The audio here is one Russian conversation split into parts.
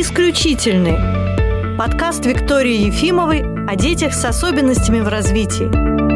Исключительный. Подкаст Виктории Ефимовой о детях с особенностями в развитии.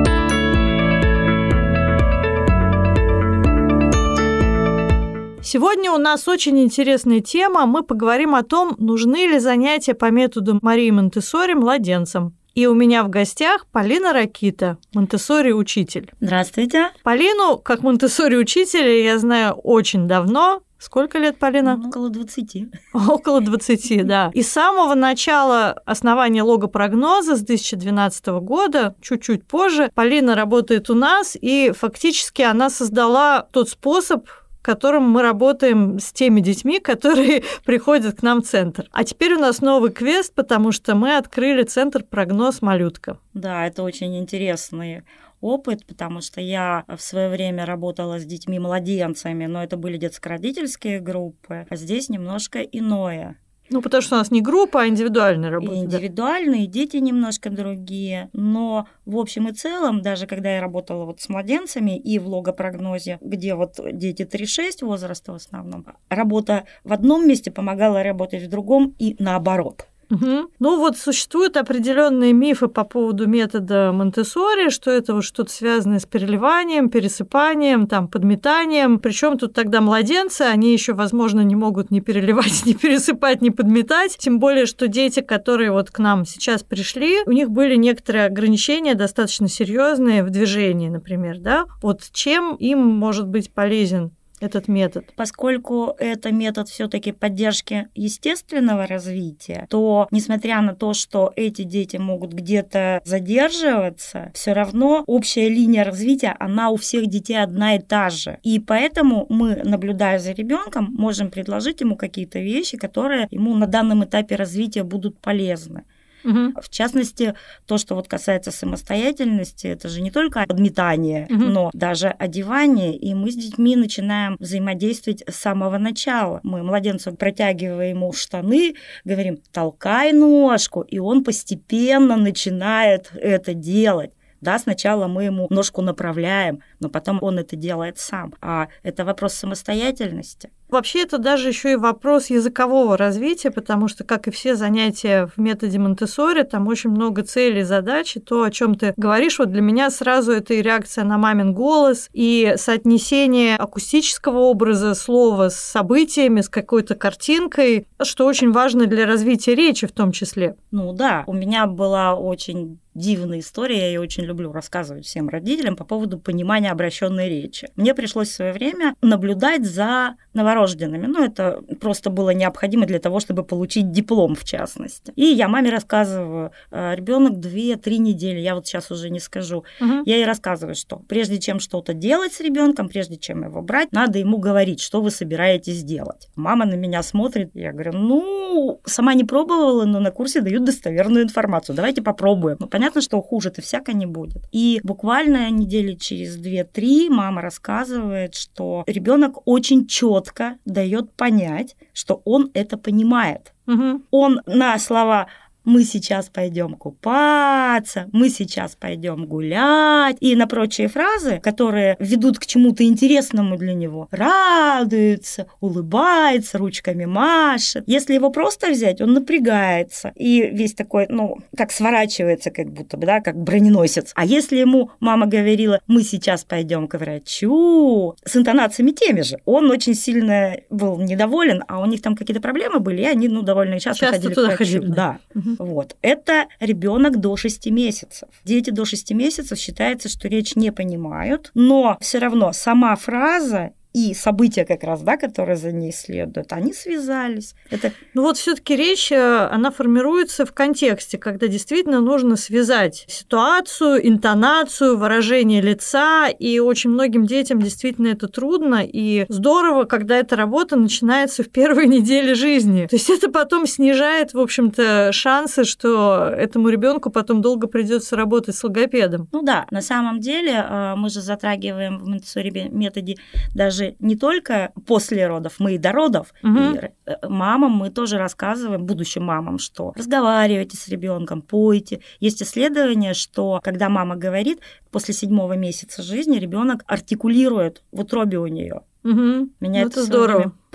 Сегодня у нас очень интересная тема. Мы поговорим о том, нужны ли занятия по методу Марии Монтессори младенцам. И у меня в гостях Полина Ракита, Монтессори-учитель. Здравствуйте. Полину, как Монтессори-учителя, я знаю очень давно. Сколько лет, Полина? Около 20. Около 20, да. И с самого начала основания логопрогноза с 2012 года, чуть-чуть позже, Полина работает у нас, и фактически она создала тот способ, которым мы работаем с теми детьми, которые приходят к нам в центр. А теперь у нас новый квест, потому что мы открыли центр «Прогноз малютка». Да, это очень интересный опыт, потому что я в свое время работала с детьми-младенцами, но это были детско-родительские группы, а здесь немножко иное. Ну, потому что у нас не группа, а индивидуальная работа. И индивидуальные, да. Дети немножко другие. Но в общем и целом, даже когда я работала вот с младенцами и в логопрогнозе, где вот дети 3-6 возраста в основном, работа в одном месте помогала работать в другом и наоборот. Угу. Ну вот существуют определенные мифы по поводу метода Монтессори, что это вот что-то связанное с переливанием, пересыпанием, там, подметанием. Причем тут тогда младенцы, они еще, возможно, не могут ни переливать, ни пересыпать, ни подметать. Тем более, что дети, которые вот к нам сейчас пришли, у них были некоторые ограничения достаточно серьезные в движении, например, да? Вот чем им может быть полезен этот метод? Поскольку это метод все-таки поддержки естественного развития, то, несмотря на то, что эти дети могут где-то задерживаться, все равно общая линия развития, она у всех детей одна и та же. И поэтому мы, наблюдая за ребенком, можем предложить ему какие-то вещи, которые ему на данном этапе развития будут полезны. Угу. В частности, то, что вот касается самостоятельности, это же не только подметание, но даже одевание, и мы с детьми начинаем взаимодействовать с самого начала. Мы младенцу протягиваем ему штаны, говорим: толкай ножку, и он постепенно начинает это делать. Да, сначала мы ему ножку направляем, но потом он это делает сам. А это вопрос самостоятельности. Вообще это даже еще и вопрос языкового развития, потому что, как и все занятия в методе Монтессори, там очень много целей, задач, и то, о чем ты говоришь, вот для меня сразу это и реакция на мамин голос, и соотнесение акустического образа слова с событиями, с какой-то картинкой, что очень важно для развития речи в том числе. Ну да, у меня была очень дивная история, я ее очень люблю рассказывать всем родителям по поводу понимания обращенной речи. Мне пришлось в свое время наблюдать за новорожденными. Ну, это просто было необходимо для того, чтобы получить диплом, в частности. И я маме рассказываю: ребенок 2-3 недели, я вот сейчас уже не скажу. Я ей рассказываю, что прежде чем что-то делать с ребенком, прежде чем его брать, надо ему говорить, что вы собираетесь делать. Мама на меня смотрит, я говорю: ну, сама не пробовала, но на курсе дают достоверную информацию. Давайте попробуем. Ну, понятно, что хуже-то всяко не будет. И буквально недели через 2-3 мама рассказывает, что ребенок очень четко дает понять, что он это понимает. Он на слова «мы сейчас пойдем купаться», «мы сейчас пойдем гулять» и на прочие фразы, которые ведут к чему-то интересному для него, радуется, улыбается, ручками машет. Если его просто взять, он напрягается и весь такой, ну, как сворачивается, как будто бы, да, как броненосец. А если ему мама говорила «мы сейчас пойдем к врачу» с интонациями теми же, он очень сильно был недоволен, а у них там какие-то проблемы были, и они, ну, довольно часто ходили к врачу. Да. Вот. Это ребенок до 6 месяцев. Дети до 6 месяцев считается, что речь не понимают, но все равно сама фраза и события как раз, да, которые за ней следуют, они связались. Это... Ну вот все-таки речь, она формируется в контексте, когда действительно нужно связать ситуацию, интонацию, выражение лица, и очень многим детям действительно это трудно, и здорово, когда эта работа начинается в первой неделе жизни. То есть это потом снижает, в общем-то, шансы, что этому ребенку потом долго придется работать с логопедом. Ну да, на самом деле мы же затрагиваем в Монтессори методе даже не только после родов, мы и до родов. И мамам мы тоже рассказываем, будущим мамам, что разговаривайте с ребенком, пойте. Есть исследование, что когда мама говорит, после 7-го месяца жизни ребенок артикулирует в утробе у нее. Меня это здорово.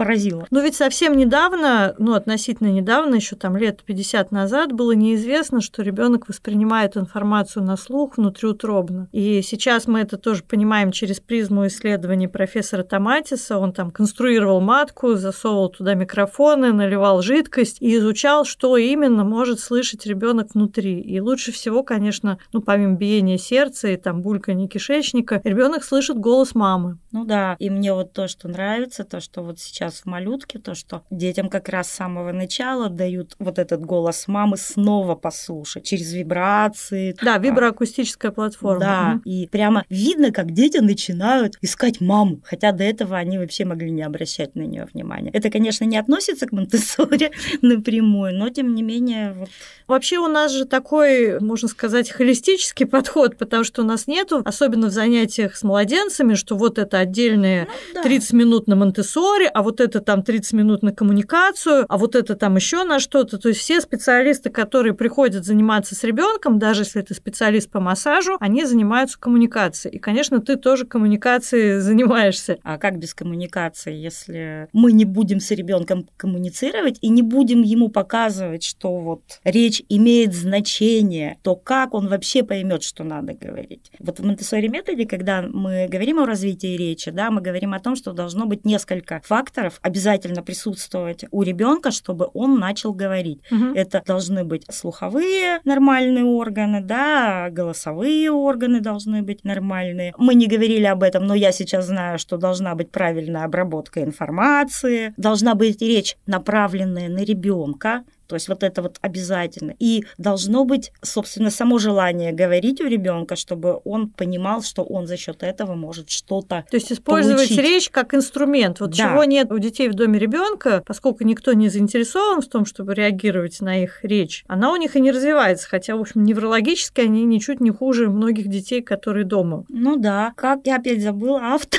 поразило. Но ведь совсем недавно, относительно недавно, еще там лет 50 назад, было неизвестно, что ребенок воспринимает информацию на слух внутриутробно. И сейчас мы это тоже понимаем через призму исследований профессора Томатиса. Он там конструировал матку, засовывал туда микрофоны, наливал жидкость и изучал, что именно может слышать ребенок внутри. И лучше всего, конечно, помимо биения сердца и там бульканья кишечника, ребенок слышит голос мамы. Ну да, и мне вот то, что нравится, то, что вот сейчас в малютке, то, что детям как раз с самого начала дают вот этот голос мамы снова послушать через вибрации. Да, виброакустическая платформа. Да, и прямо видно, как дети начинают искать маму, хотя до этого они вообще могли не обращать на нее внимания. Это, конечно, не относится к Монтессори напрямую, но тем не менее... Вот... Вообще у нас же такой, можно сказать, холистический подход, потому что у нас нету, особенно в занятиях с младенцами, что вот это отдельные 30 минут на Монтессори, а вот это там 30 минут на коммуникацию, а вот это там еще на что-то. То есть все специалисты, которые приходят заниматься с ребенком, даже если ты специалист по массажу, они занимаются коммуникацией. И, конечно, ты тоже коммуникацией занимаешься. А как без коммуникации, если мы не будем с ребенком коммуницировать и не будем ему показывать, что вот речь имеет значение, то как он вообще поймет, что надо говорить? Вот в Монтессори методе, когда мы говорим о развитии речи, да, мы говорим о том, что должно быть несколько факторов обязательно присутствовать у ребенка, чтобы он начал говорить. Это должны быть слуховые нормальные органы, да, голосовые органы должны быть нормальные. Мы не говорили об этом, но я сейчас знаю, что должна быть правильная обработка информации, должна быть речь, направленная на ребенка. То есть вот это вот обязательно. И должно быть, собственно, само желание говорить у ребенка, чтобы он понимал, что он за счет этого может что-то То есть использовать получить. Речь как инструмент. Вот Да. чего нет у детей в доме ребенка, поскольку никто не заинтересован в том, чтобы реагировать на их речь, она у них и не развивается. Хотя, в общем, неврологически они ничуть не хуже многих детей, которые дома. Ну да, как я опять забыла автор.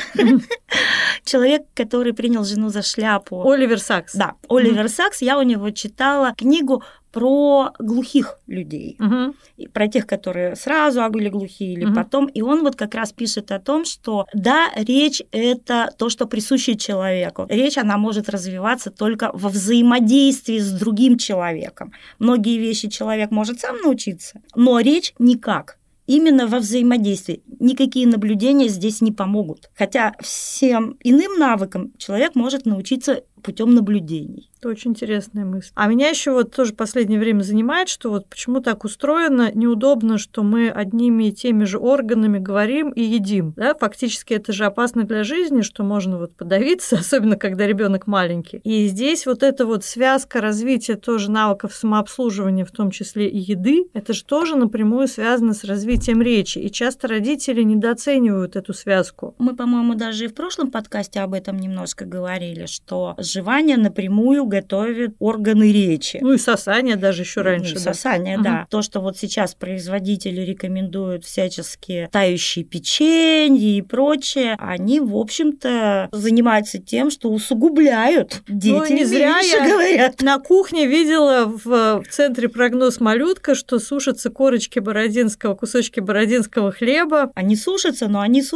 Человек, который принял жену за шляпу. Оливер Сакс. Да, Оливер Сакс. Я у него читала книгу про глухих людей, и про тех, которые сразу были глухие или потом. И он вот как раз пишет о том, что да, речь – это то, что присуще человеку. Речь, она может развиваться только во взаимодействии с другим человеком. Многие вещи человек может сам научиться, но речь никак. Именно во взаимодействии. Никакие наблюдения здесь не помогут. Хотя всем иным навыкам человек может научиться путем наблюдений. Это очень интересная мысль. А меня еще вот тоже в последнее время занимает, что вот почему так устроено, неудобно, что мы одними и теми же органами говорим и едим. Да? Фактически это же опасно для жизни, что можно вот подавиться, особенно когда ребенок маленький. И здесь вот эта вот связка развития тоже навыков самообслуживания, в том числе и еды, это же тоже напрямую связано с развитием речи. И часто родители недооценивают эту связку. Мы, по-моему, даже и в прошлом подкасте об этом немножко говорили, что жевание напрямую готовит органы речи. Ну и сосание даже еще раньше. Сосание, да. То, что вот сейчас производители рекомендуют всячески тающие печенье и прочее, они, в общем-то, занимаются тем, что усугубляют. Дети не зря я говорят. На кухне видела в центре прогноз малютка, что сушатся корочки кусочки бородинского хлеба. Они сушатся,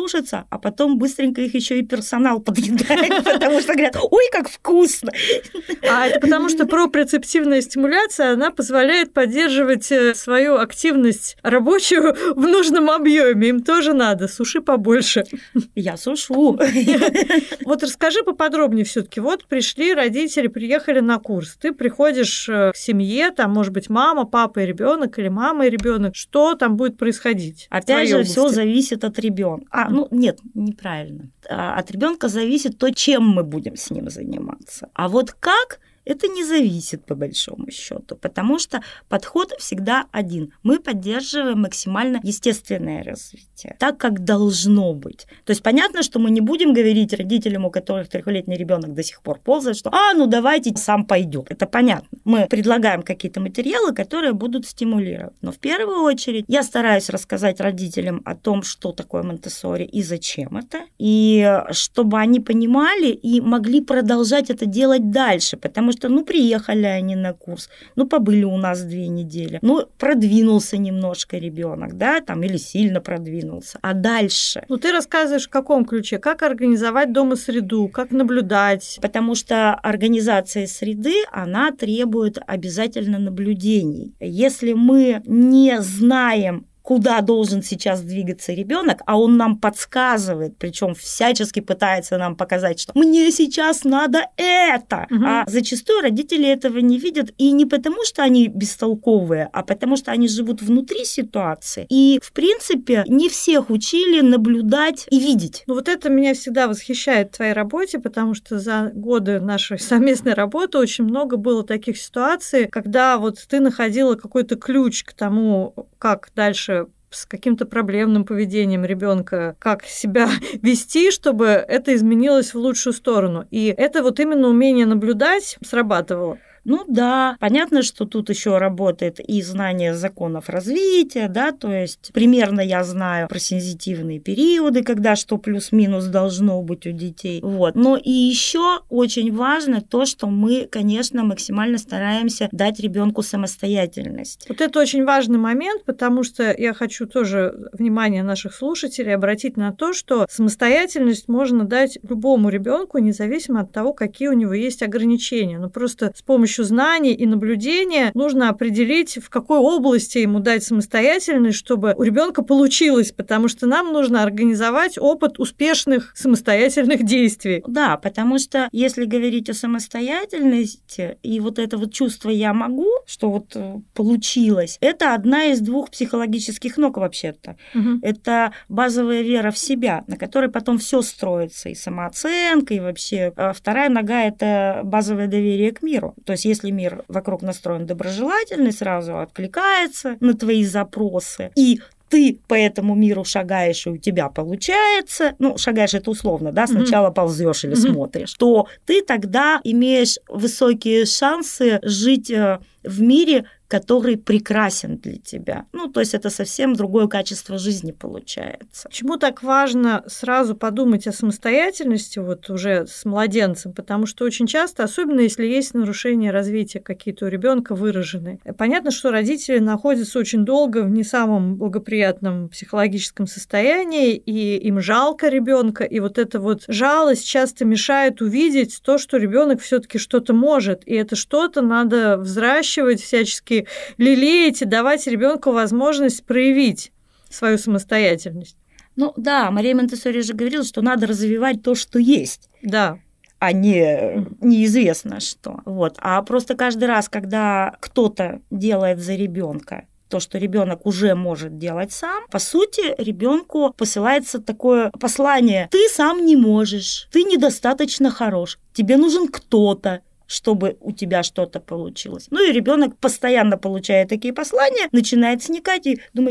а потом быстренько их еще и персонал подъедает, потому что говорят, ой, как вкусно. А это потому, что пропрецептивная стимуляция, она позволяет поддерживать свою активность рабочую в нужном объеме. Им тоже надо. Суши побольше. Я сушу. Вот расскажи поподробнее все-таки. Вот пришли родители, приехали на курс. Ты приходишь к семье, там может быть мама, папа и ребенок, или мама и ребенок. Что там будет происходить? Опять же, все зависит от ребенка. Нет, неправильно. От ребенка зависит то, чем мы будем с ним заниматься. А вот как? Это не зависит по большому счету, потому что подход всегда один. Мы поддерживаем максимально естественное развитие, так как должно быть. То есть понятно, что мы не будем говорить родителям, у которых 3-летний ребенок до сих пор ползает, что давайте сам пойдет. Это понятно. мы предлагаем какие-то материалы, которые будут стимулировать. Но в первую очередь я стараюсь рассказать родителям о том, что такое Монтессори и зачем это, и чтобы они понимали и могли продолжать это делать дальше, потому что, приехали они на курс, побыли у нас 2 недели, продвинулся немножко ребенок, да, или сильно продвинулся, а дальше? Ты рассказываешь в каком ключе? Как организовать дома среду, как наблюдать? Потому что организация среды, она требует обязательно наблюдений. Если мы не знаем, куда должен сейчас двигаться ребенок, а он нам подсказывает, причем всячески пытается нам показать, что мне сейчас надо это. А зачастую родители этого не видят, и не потому, что они бестолковые, а потому, что они живут внутри ситуации. И, в принципе, не всех учили наблюдать и видеть. Это меня всегда восхищает в твоей работе, потому что за годы нашей совместной работы очень много было таких ситуаций, когда ты находила какой-то ключ к тому, как дальше с каким-то проблемным поведением ребенка, как себя вести, чтобы это изменилось в лучшую сторону. И это именно умение наблюдать срабатывало. Да, понятно, что тут еще работает и знание законов развития, да, то есть примерно я знаю про сензитивные периоды, когда что плюс-минус должно быть у детей. Но и еще очень важно то, что мы, конечно, максимально стараемся дать ребенку самостоятельность. Это очень важный момент, потому что я хочу тоже внимание наших слушателей обратить на то, что самостоятельность можно дать любому ребенку, независимо от того, какие у него есть ограничения. Просто с помощью знаний и наблюдения нужно определить, в какой области ему дать самостоятельность, чтобы у ребенка получилось, потому что нам нужно организовать опыт успешных самостоятельных действий. Да, потому что если говорить о самостоятельности и это чувство «я могу», что получилось, это одна из 2 психологических ног вообще-то. Это базовая вера в себя, на которой потом все строится, и самооценка, и вообще. Вторая нога – это базовое доверие к миру. То есть если мир вокруг настроен доброжелательный, сразу откликается на твои запросы, и ты по этому миру шагаешь, и у тебя получается, шагаешь это условно, да, сначала ползешь или смотришь, то ты тогда имеешь высокие шансы жить в мире, который прекрасен для тебя. То есть это совсем другое качество жизни получается. Почему так важно сразу подумать о самостоятельности уже с младенцем? Потому что очень часто, особенно если есть нарушения развития какие-то у ребенка выраженные, понятно, что родители находятся очень долго в не самом благоприятном психологическом состоянии, и им жалко ребенка, и эта жалость часто мешает увидеть то, что ребенок все-таки что-то может, и это что-то надо взращивать, всячески лелеять и давать ребенку возможность проявить свою самостоятельность. Да, Мария Монтессори же говорила, что надо развивать то, что есть. Да. А не неизвестно что. А просто каждый раз, когда кто-то делает за ребенка то, что ребенок уже может делать сам, по сути, ребенку посылается такое послание: ты сам не можешь, ты недостаточно хорош, тебе нужен кто-то, чтобы у тебя что-то получилось. И ребенок постоянно получая такие послания, начинает сникать и думать: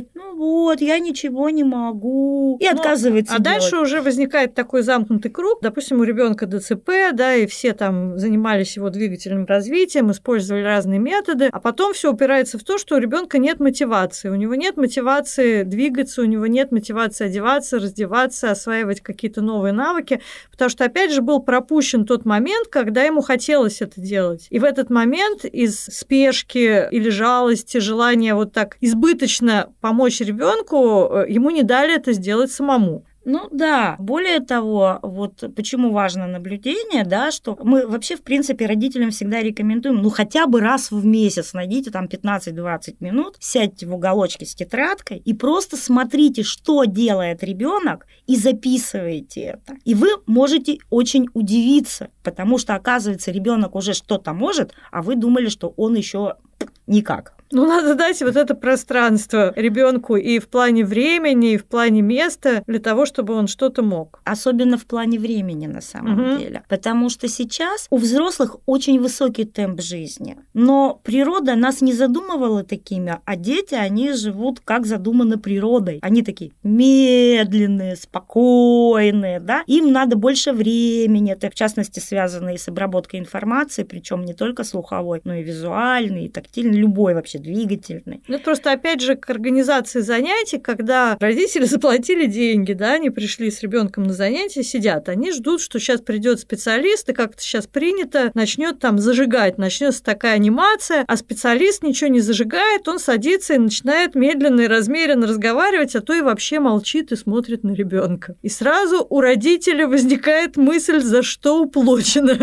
я ничего не могу, и отказывается делать. Дальше уже возникает такой замкнутый круг. Допустим, у ребенка ДЦП, да, и все там занимались его двигательным развитием, использовали разные методы, а потом все упирается в то, что у ребенка нет мотивации. У него нет мотивации двигаться, у него нет мотивации одеваться, раздеваться, осваивать какие-то новые навыки, потому что, опять же, был пропущен тот момент, когда ему хотелось это делать. И в этот момент из спешки или жалости, желания так избыточно помочь ребенку, ему не дали это сделать самому. Да, более того, почему важно наблюдение, да, что мы вообще, в принципе, родителям всегда рекомендуем, хотя бы раз в месяц найдите 15-20 минут, сядьте в уголочке с тетрадкой и просто смотрите, что делает ребенок, и записывайте это. И вы можете очень удивиться, потому что, оказывается, ребенок уже что-то может, а вы думали, что он еще никак. Ну, надо дать вот это пространство ребенку и в плане времени, и в плане места для того, чтобы он что-то мог. Особенно в плане времени, на самом деле. Потому что сейчас у взрослых очень высокий темп жизни. Но природа нас не задумывала такими, а дети, они живут как задумано природой. Они такие медленные, спокойные, да? Им надо больше времени. Это, в частности, связано и с обработкой информации, причем не только слуховой, но и визуальный, и тактильный, любой вообще двигательный. Ну, просто, опять же, к организации занятий, когда родители заплатили деньги, да, они пришли с ребенком на занятия, сидят, они ждут, что сейчас придет специалист, и как-то сейчас принято, начнет там зажигать, начнется такая анимация, а специалист ничего не зажигает, он садится и начинает медленно и размеренно разговаривать, а то и вообще молчит и смотрит на ребенка. И сразу у родителей возникает мысль, за что уплочено.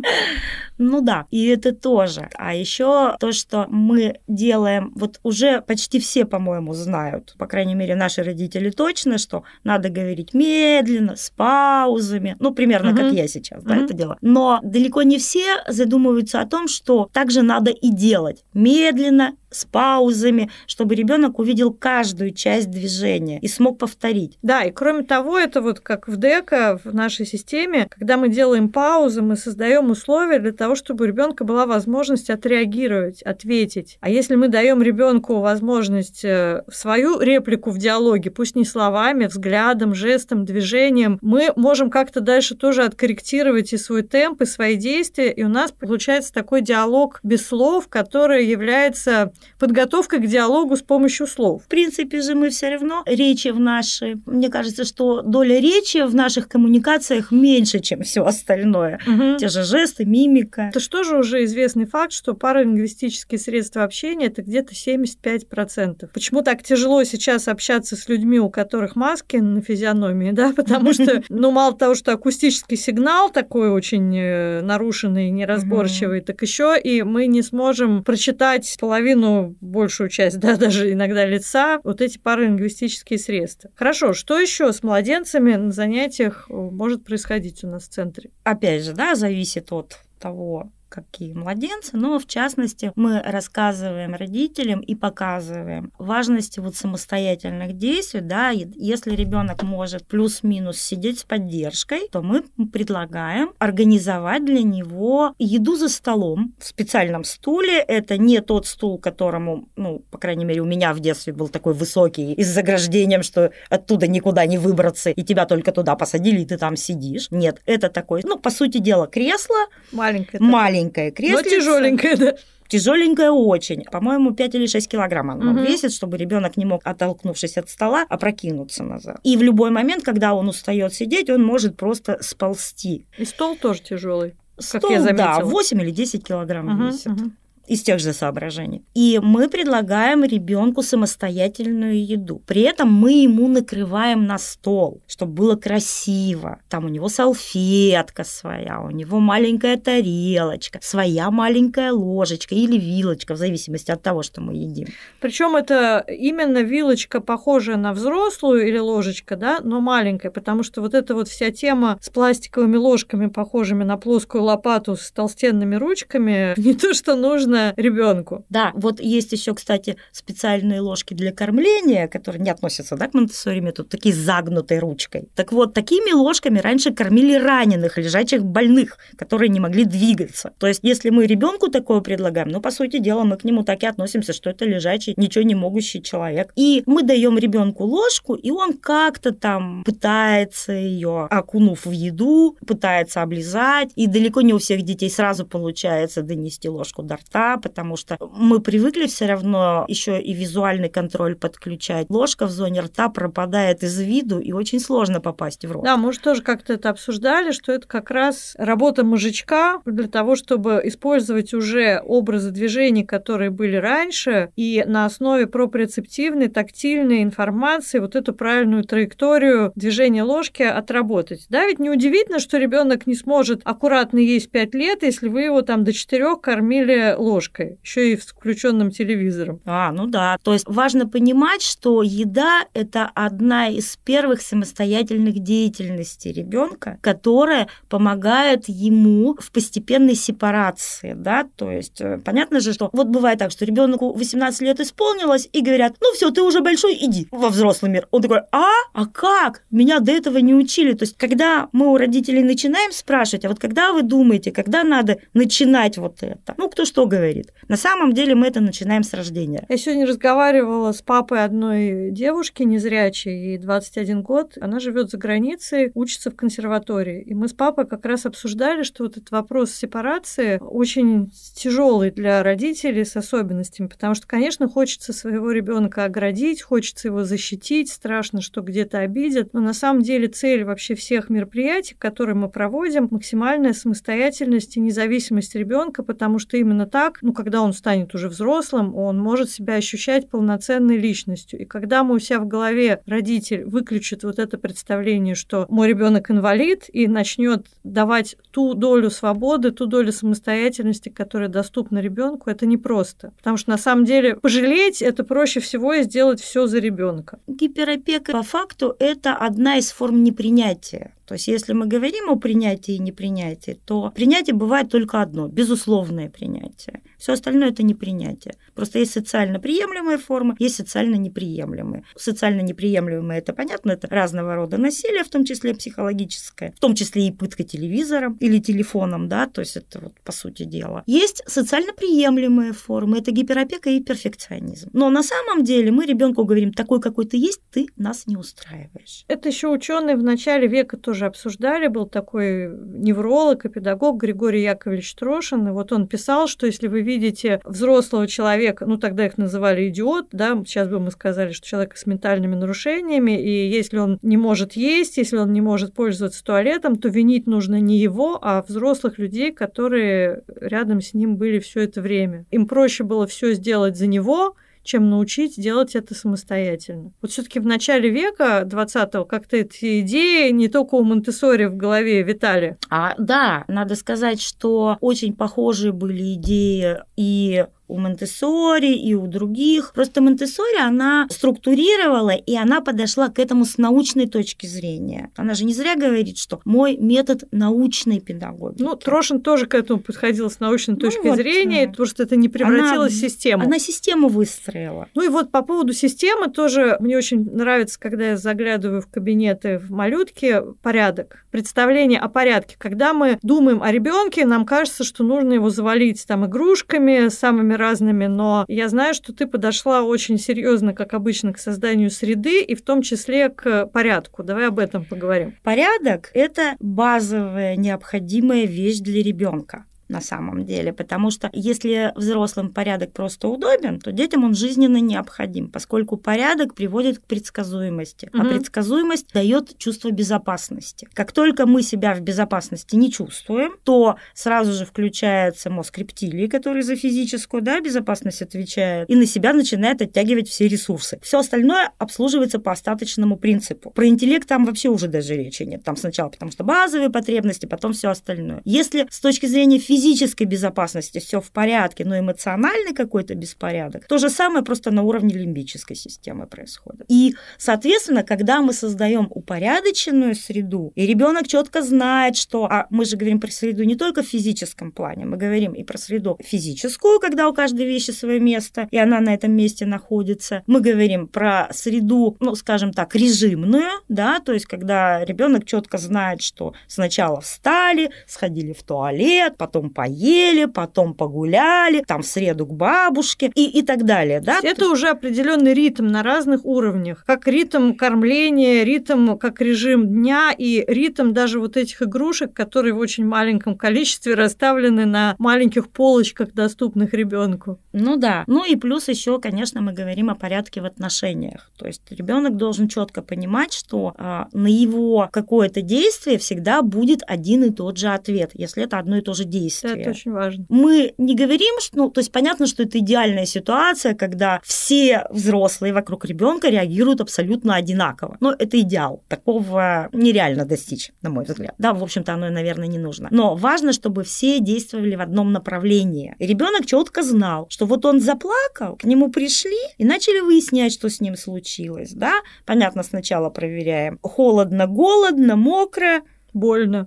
Ну да, и это тоже. А еще то, что мы делаем, вот уже почти все, по-моему, знают, по крайней мере, наши родители точно, что надо говорить медленно, с паузами, ну, примерно как я сейчас, да, это делаю. Но далеко не все задумываются о том, что также надо и делать медленно, с паузами, чтобы ребенок увидел каждую часть движения и смог повторить. Да, и кроме того, это вот как в ДЭКа, в нашей системе, когда мы делаем паузы, мы создаем условия для того, чтобы у ребенка была возможность отреагировать, ответить. А если мы даем ребенку возможность свою реплику в диалоге, пусть не словами, взглядом, жестом, движением, мы можем как-то дальше тоже откорректировать и свой темп, и свои действия, и у нас получается такой диалог без слов, который является подготовка к диалогу с помощью слов. В принципе же мы все равно речи в нашей... Мне кажется, что доля речи в наших коммуникациях меньше, чем все остальное. Те же жесты, мимика. Это что же уже известный факт, что паралингвистические средства общения – это где-то 75%. Почему так тяжело сейчас общаться с людьми, у которых маски на физиономии, да? Потому что, ну, мало того, что акустический сигнал такой очень нарушенный, неразборчивый, так еще и мы не сможем прочитать половину, большую часть, да, даже иногда лица, вот эти паралингвистические средства. Хорошо, что еще с младенцами на занятиях может происходить у нас в центре? Опять же, да, зависит от того, какие младенцы, но в частности мы рассказываем родителям и показываем важности вот самостоятельных действий, да, если ребенок может плюс-минус сидеть с поддержкой, то мы предлагаем организовать для него еду за столом в специальном стуле. Это не тот стул, которому, ну, по крайней мере, у меня в детстве был такой высокий и с заграждением, что оттуда никуда не выбраться, и тебя только туда посадили, и ты там сидишь. Нет, это такой, ну, по сути дела, кресло. Маленькое креслице. Но тяжеленькое, да. Тяжеленькая очень. По-моему, 5 или 6 килограмм оно весит, чтобы ребенок не мог, оттолкнувшись от стола, опрокинуться назад. И в любой момент, когда он устает сидеть, он может просто сползти. И стол тоже тяжелый. Стол, как я заметила. Да, 8 или 10 килограмм весит. Из тех же соображений. И мы предлагаем ребенку самостоятельную еду. При этом мы ему накрываем на стол, чтобы было красиво. Там у него салфетка своя, у него маленькая тарелочка, своя маленькая ложечка или вилочка, в зависимости от того, что мы едим. Причем это именно вилочка, похожая на взрослую, или ложечка, да, но маленькая, потому что вот эта вот вся тема с пластиковыми ложками, похожими на плоскую лопату с толстенными ручками, не то, что нужно ребенку. Да, вот есть еще, кстати, специальные ложки для кормления, которые не относятся, да, к монтессори методу, такие с загнутой ручкой. Так вот, такими ложками раньше кормили раненых, лежачих больных, которые не могли двигаться. То есть, если мы ребенку такое предлагаем, ну, по сути дела, мы к нему так и относимся, что это лежачий, ничего не могущий человек. И мы даем ребенку ложку, и он как-то там пытается ее, окунув в еду, пытается облизать, и далеко не у всех детей сразу получается донести ложку до рта, потому что мы привыкли все равно еще и визуальный контроль подключать. Ложка в зоне рта пропадает из виду, и очень сложно попасть в рот. Да, мы же тоже как-то это обсуждали, что это как раз работа мозжечка для того, чтобы использовать уже образы движений, которые были раньше, и на основе проприоцептивной, тактильной информации вот эту правильную траекторию движения ложки отработать. Да, ведь неудивительно, что ребенок не сможет аккуратно есть 5 лет, если вы его там до 4 кормили ложкой ложкой, еще и с включенным телевизором. Ну да. То есть важно понимать, что еда – это одна из первых самостоятельных деятельностей ребенка, которая помогает ему в постепенной сепарации, да, то есть понятно же, что вот бывает так, что ребенку 18 лет исполнилось и говорят: ну все, ты уже большой, иди во взрослый мир. Он такой: а как? Меня до этого не учили. То есть когда мы у родителей начинаем спрашивать: а вот когда вы думаете, когда надо начинать вот это? Ну, кто что говорит. На самом деле мы это начинаем с рождения. Я сегодня разговаривала с папой одной девушки незрячей, ей 21 год. Она живет за границей, учится в консерватории. И мы с папой как раз обсуждали, что вот этот вопрос сепарации очень тяжелый для родителей с особенностями, потому что, конечно, хочется своего ребенка оградить, хочется его защитить, страшно, что где-то обидят. Но на самом деле цель вообще всех мероприятий, которые мы проводим, максимальная самостоятельность и независимость ребенка, потому что именно так, когда он станет уже взрослым, он может себя ощущать полноценной личностью. И когда мы у себя в голове, родитель выключит вот это представление, что мой ребенок инвалид, и начнет давать ту долю свободы, ту долю самостоятельности, которая доступна ребенку, это непросто. Потому что на самом деле пожалеть это проще всего и сделать все за ребенка. Гиперопека по факту это одна из форм непринятия. То есть если мы говорим о принятии и непринятии, то принятие бывает только одно – безусловное принятие. Все остальное – это непринятие. Просто есть социально приемлемые формы, есть социально неприемлемые. Социально неприемлемые – это понятно, это разного рода насилие, в том числе психологическое, в том числе и пытка телевизором или телефоном, да, то есть это вот по сути дела. Есть социально приемлемые формы – это гиперопека и перфекционизм. Но на самом деле мы ребенку говорим: такой, какой ты есть, ты нас не устраиваешь. Это еще ученые в начале века тоже обсуждали, был такой невролог и педагог Григорий Яковлевич Трошин, и вот он писал, что если вы видите взрослого человека, тогда их называли идиот, да, сейчас бы мы сказали, что человек с ментальными нарушениями, и если он не может есть, если он не может пользоваться туалетом, то винить нужно не его, а взрослых людей, которые рядом с ним были все это время. Им проще было все сделать за него, чем научить делать это самостоятельно. Вот все-таки в начале века 20-го как-то эти идеи не только у Монтессори в голове витали. Да, надо сказать, что очень похожие были идеи и у Монтессори, и у других. Просто Монтессори, она структурировала, и она подошла к этому с научной точки зрения. Она же не зря говорит, что мой метод научной педагогики. Трошин тоже к этому подходил с научной точки зрения, потому что это не превратилось в систему. Она систему выстроила. И вот по поводу системы тоже мне очень нравится, когда я заглядываю в кабинеты в малютке, порядок, представление о порядке. Когда мы думаем о ребенке, нам кажется, что нужно его завалить игрушками, самыми разными, но я знаю, что ты подошла очень серьезно, как обычно, к созданию среды и в том числе к порядку. Давай об этом поговорим. Порядок – это базовая необходимая вещь для ребенка. На самом деле, потому что если взрослым порядок просто удобен, то детям он жизненно необходим, поскольку порядок приводит к предсказуемости, а предсказуемость дает чувство безопасности. Как только мы себя в безопасности не чувствуем, то сразу же включается мозг рептилии, который за физическую безопасность отвечает, и на себя начинает оттягивать все ресурсы. Все остальное обслуживается по остаточному принципу. Про интеллект там вообще уже даже речи нет. Там сначала потому что базовые потребности, потом все остальное. Если с точки зрения физической безопасности все в порядке, но эмоциональный какой-то беспорядок, то же самое просто на уровне лимбической системы происходит. И, соответственно, когда мы создаем упорядоченную среду, и ребенок четко знает, что, мы же говорим про среду не только в физическом плане, мы говорим и про среду физическую, когда у каждой вещи свое место, и она на этом месте находится. Мы говорим про среду, скажем так, режимную, да, то есть когда ребенок четко знает, что сначала встали, сходили в туалет, потом поели, потом погуляли, там в среду к бабушке и так далее. Да? Это уже определенный ритм на разных уровнях, как ритм кормления, ритм как режим дня и ритм даже вот этих игрушек, которые в очень маленьком количестве расставлены на маленьких полочках, доступных ребенку. Да. И плюс еще, конечно, мы говорим о порядке в отношениях. То есть ребенок должен четко понимать, что на его какое-то действие всегда будет один и тот же ответ, если это одно и то же действие. действия. Это очень важно. Мы не говорим, что, то есть понятно, что это идеальная ситуация, когда все взрослые вокруг ребенка реагируют абсолютно одинаково. Но это идеал. Такого нереально достичь, на мой взгляд. Да, в общем-то, оно, наверное, не нужно. Но важно, чтобы все действовали в одном направлении. Ребенок четко знал, что вот он заплакал, к нему пришли и начали выяснять, что с ним случилось. Да? Понятно, сначала проверяем. Холодно, голодно, мокро. Больно,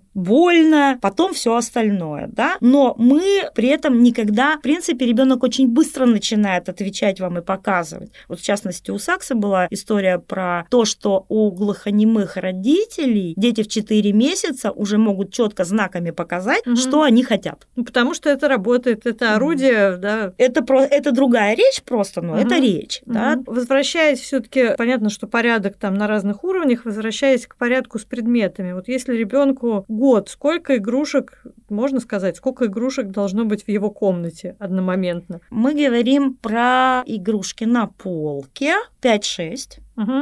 потом все остальное, да. Но мы при этом никогда, в принципе, ребенок очень быстро начинает отвечать вам и показывать. Вот в частности у Сакса была история про то, что у глухонемых родителей дети в 4 месяца уже могут четко знаками показать, что они хотят. Ну, потому что это работает, это орудие, да. Это другая речь просто, но это речь, да. Возвращаясь все-таки, понятно, что порядок там на разных уровнях, возвращаясь к порядку с предметами. Вот если ребенку год, сколько игрушек, можно сказать, сколько игрушек должно быть в его комнате одномоментно? Мы говорим про игрушки на полке 5-6.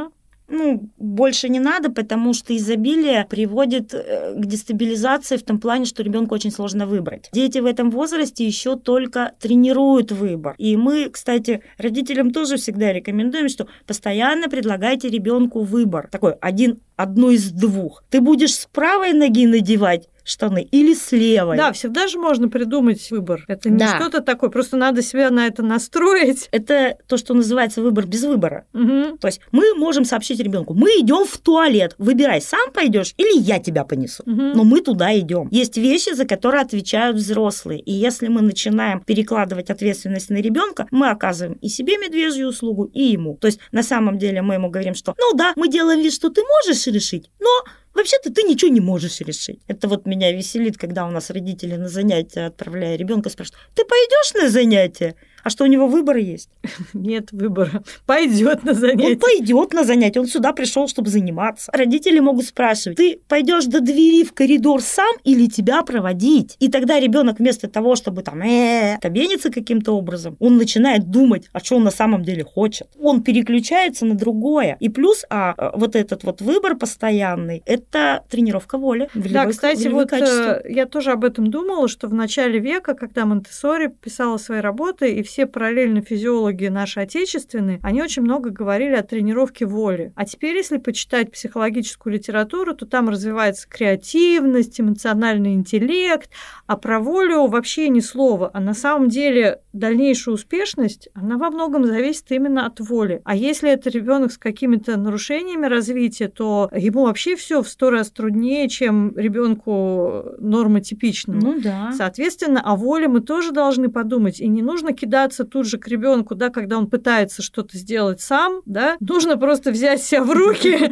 Ну, больше не надо, потому что изобилие приводит к дестабилизации в том плане, что ребенку очень сложно выбрать. Дети в этом возрасте еще только тренируют выбор. И мы, кстати, родителям тоже всегда рекомендуем, что постоянно предлагайте ребенку выбор. Такой одну из двух. Ты будешь с правой ноги надевать штаны или с левой. Да, всегда же можно придумать выбор. Это не что-то такое, просто надо себя на это настроить. Это то, что называется выбор без выбора. То есть мы можем сообщить ребенку: мы идем в туалет, выбирай, сам пойдешь или я тебя понесу. Но мы туда идем. Есть вещи, за которые отвечают взрослые. И если мы начинаем перекладывать ответственность на ребенка, мы оказываем и себе медвежью услугу, и ему. То есть на самом деле мы ему говорим, что ну да, мы делаем вид, что ты можешь решить, но вообще-то ты ничего не можешь решить. Это вот меня веселит, когда у нас родители на занятия, отправляя ребенка, спрашивают: ты пойдешь на занятия? А что, у него выбор есть? Нет выбора. Пойдет на занятия. Он пойдет на занятия, он сюда пришел, чтобы заниматься. Родители могут спрашивать: ты пойдешь до двери в коридор сам или тебя проводить? И тогда ребенок вместо того, чтобы там кабениться каким-то образом, он начинает думать, а что он на самом деле хочет. Он переключается на другое. И плюс, вот этот вот выбор постоянный, это тренировка воли. Да, кстати, вот я тоже об этом думала, что в начале века, когда Монтессори писала свои работы, и все параллельно физиологи наши отечественные, они очень много говорили о тренировке воли. А теперь, если почитать психологическую литературу, то там развивается креативность, эмоциональный интеллект, а про волю вообще ни слова. А на самом деле дальнейшая успешность, она во многом зависит именно от воли. А если это ребенок с какими-то нарушениями развития, то ему вообще все в 100 раз труднее, чем ребенку нормотипичному. Ну да. Соответственно, о воле мы тоже должны подумать. И не нужно кидаться тут же к ребенку, да, когда он пытается что-то сделать сам, да, нужно просто взять себя в руки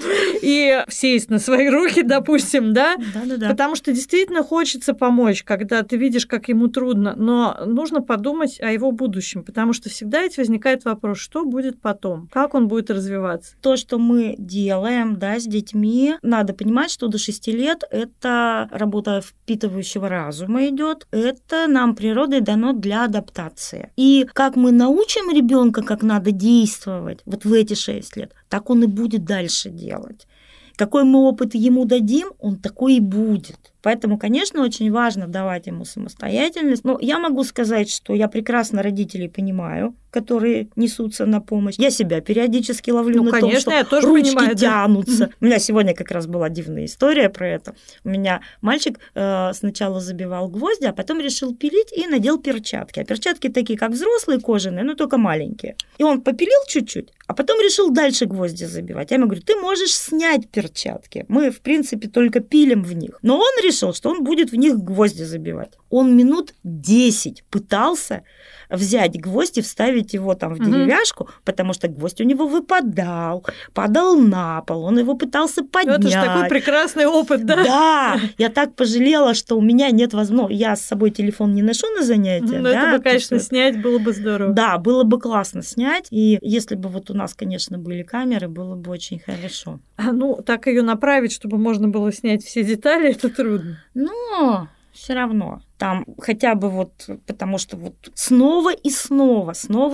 и сесть на свои руки, допустим, да, потому что действительно хочется помочь, когда ты видишь, как ему трудно, но нужно подумать о его будущем, потому что всегда ведь возникает вопрос, что будет потом, как он будет развиваться. То, что мы делаем, да, с детьми, надо понимать, что до 6 лет это работа впитывающего разума идет, это нам природой дано для адаптации. И как мы научим ребенка, как надо действовать вот в эти 6 лет, так он и будет дальше делать. Какой мы опыт ему дадим, он такой и будет. Поэтому, конечно, очень важно давать ему самостоятельность. Но я могу сказать, что я прекрасно родителей понимаю, которые несутся на помощь. Я себя периодически ловлю на том, что ручки тянутся. Да. У меня сегодня как раз была дивная история про это. У меня мальчик сначала забивал гвозди, а потом решил пилить и надел перчатки. А перчатки такие, как взрослые, кожаные, но только маленькие. И он попилил чуть-чуть, а потом решил дальше гвозди забивать. Я ему говорю: ты можешь снять перчатки. Мы, в принципе, только пилим в них. Но он решил, что он будет в них гвозди забивать. Он минут 10 пытался взять гвоздь и вставить его там в деревяшку, потому что гвоздь у него выпадал, падал на пол, он его пытался поднять. Это же такой прекрасный опыт, да? Да, я так пожалела, что у меня нет возможности, я с собой телефон не ношу на занятия. Ну, да, это бы, конечно, снять было бы здорово. Да, было бы классно снять, и если бы вот у нас, конечно, были камеры, было бы очень хорошо. Ну, так ее направить, чтобы можно было снять все детали, это трудно. Но все равно. Там хотя бы вот, потому что вот снова и снова.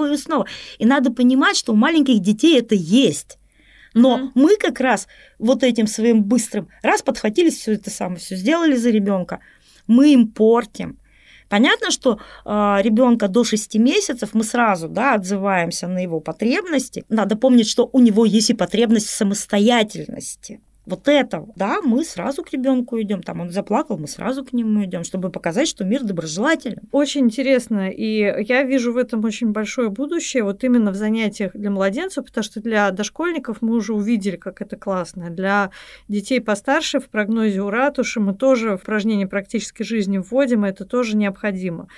И надо понимать, что у маленьких детей это есть. Но мы как раз вот этим своим быстрым подхватились, все это самое, все сделали за ребенка, мы им портим. Понятно, что ребенка до 6 месяцев мы сразу, да, отзываемся на его потребности. Надо помнить, что у него есть и потребность в самостоятельности. Вот это, да, мы сразу к ребенку идем. Там он заплакал, мы сразу к нему идем, чтобы показать, что мир доброжелателен. Очень интересно, и я вижу в этом очень большое будущее, вот именно в занятиях для младенцев, потому что для дошкольников мы уже увидели, как это классно. Для детей постарше в прогнозе у ратуши мы тоже в упражнение практической жизни вводим, и это тоже необходимо.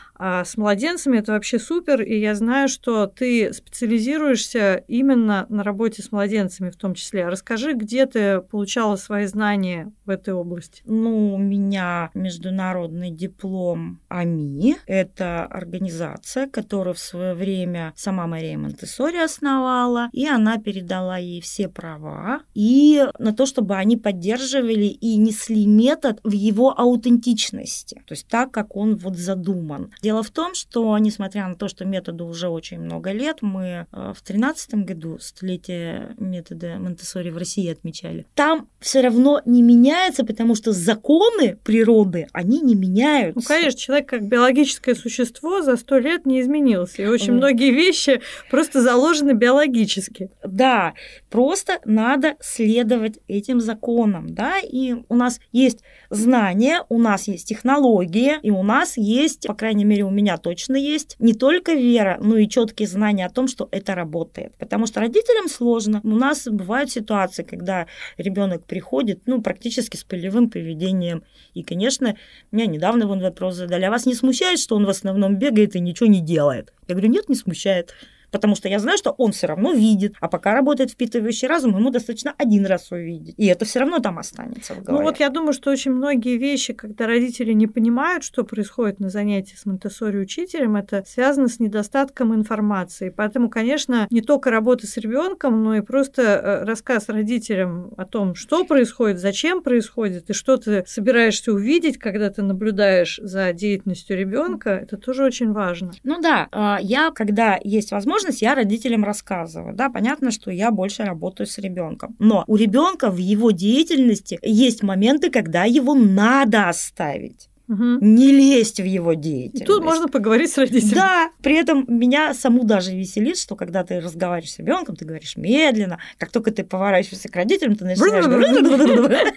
А с младенцами это вообще супер, и я знаю, что ты специализируешься именно на работе с младенцами в том числе. Расскажи, где ты получала свои знания в этой области? Ну, у меня международный диплом АМИ. Это организация, которую в свое время сама Мария Монтессори основала, и она передала ей все права и на то, чтобы они поддерживали и несли метод в его аутентичности, то есть так, как он вот задуман. Дело в том, что, несмотря на то, что методу уже очень много лет, мы в 2013 году столетие метода Монтессори в России отмечали, там все равно не меняется, потому что законы природы, они не меняются. Ну, конечно, человек как биологическое существо за 100 лет не изменился, и очень многие вещи просто заложены биологически. Да, просто надо следовать этим законам, да, и у нас есть знания, у нас есть технологии, и у нас есть, по крайней мере, у меня точно есть не только вера, но и четкие знания о том, что это работает. Потому что родителям сложно. У нас бывают ситуации, когда ребенок приходит, практически с полевым поведением. И, конечно, меня недавно вопрос задали: а вас не смущает, что он в основном бегает и ничего не делает? Я говорю: нет, не смущает. Потому что я знаю, что он все равно видит, а пока работает впитывающий разум, ему достаточно один раз увидеть. И это все равно там останется в голове. Ну вот я думаю, что очень многие вещи, когда родители не понимают, что происходит на занятии с Монтессори учителем, это связано с недостатком информации. Поэтому, конечно, не только работа с ребенком, но и просто рассказ родителям о том, что происходит, зачем происходит и что ты собираешься увидеть, когда ты наблюдаешь за деятельностью ребенка, это тоже очень важно. Ну да, я, когда есть возможность, я родителям рассказываю. Да, понятно, что я больше работаю с ребенком. Но у ребенка в его деятельности есть моменты, когда его надо оставить. Не лезть в его деятельность. И тут можно поговорить с родителями. Да, при этом меня саму даже веселит, что когда ты разговариваешь с ребенком, ты говоришь медленно, как только ты поворачиваешься к родителям, ты начинаешь...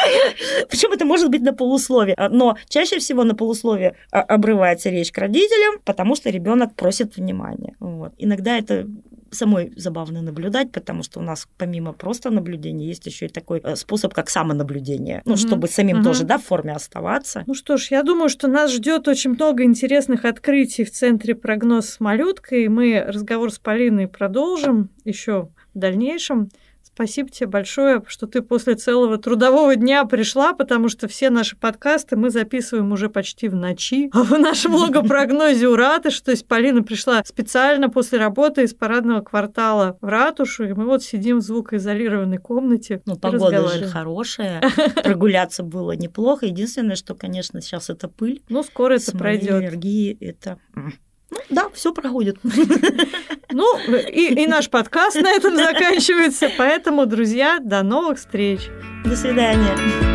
Причем это может быть на полуслове, но чаще всего на полуслове обрывается речь к родителям, потому что ребенок просит внимания. Вот. Иногда это самой забавно наблюдать, потому что у нас помимо просто наблюдения есть еще и такой способ, как самонаблюдение, чтобы самим тоже, да, в форме оставаться. Ну что ж, я думаю, что нас ждет очень много интересных открытий в Центре «Прогноз с малюткой». Мы разговор с Полиной продолжим еще в дальнейшем. Спасибо тебе большое, что ты после целого трудового дня пришла, потому что все наши подкасты мы записываем уже почти в ночи. А в нашем логопрогнозе у ратуши, то есть Полина пришла специально после работы из парадного квартала в ратушу, и мы вот сидим в звукоизолированной комнате. Ну, погода же хорошая, прогуляться было неплохо. Единственное, что, конечно, сейчас это пыль. Ну, скоро это пройдет. Аллергии это... Да, все проходит. Ну, и наш подкаст на этом заканчивается. Поэтому, друзья, до новых встреч. До свидания.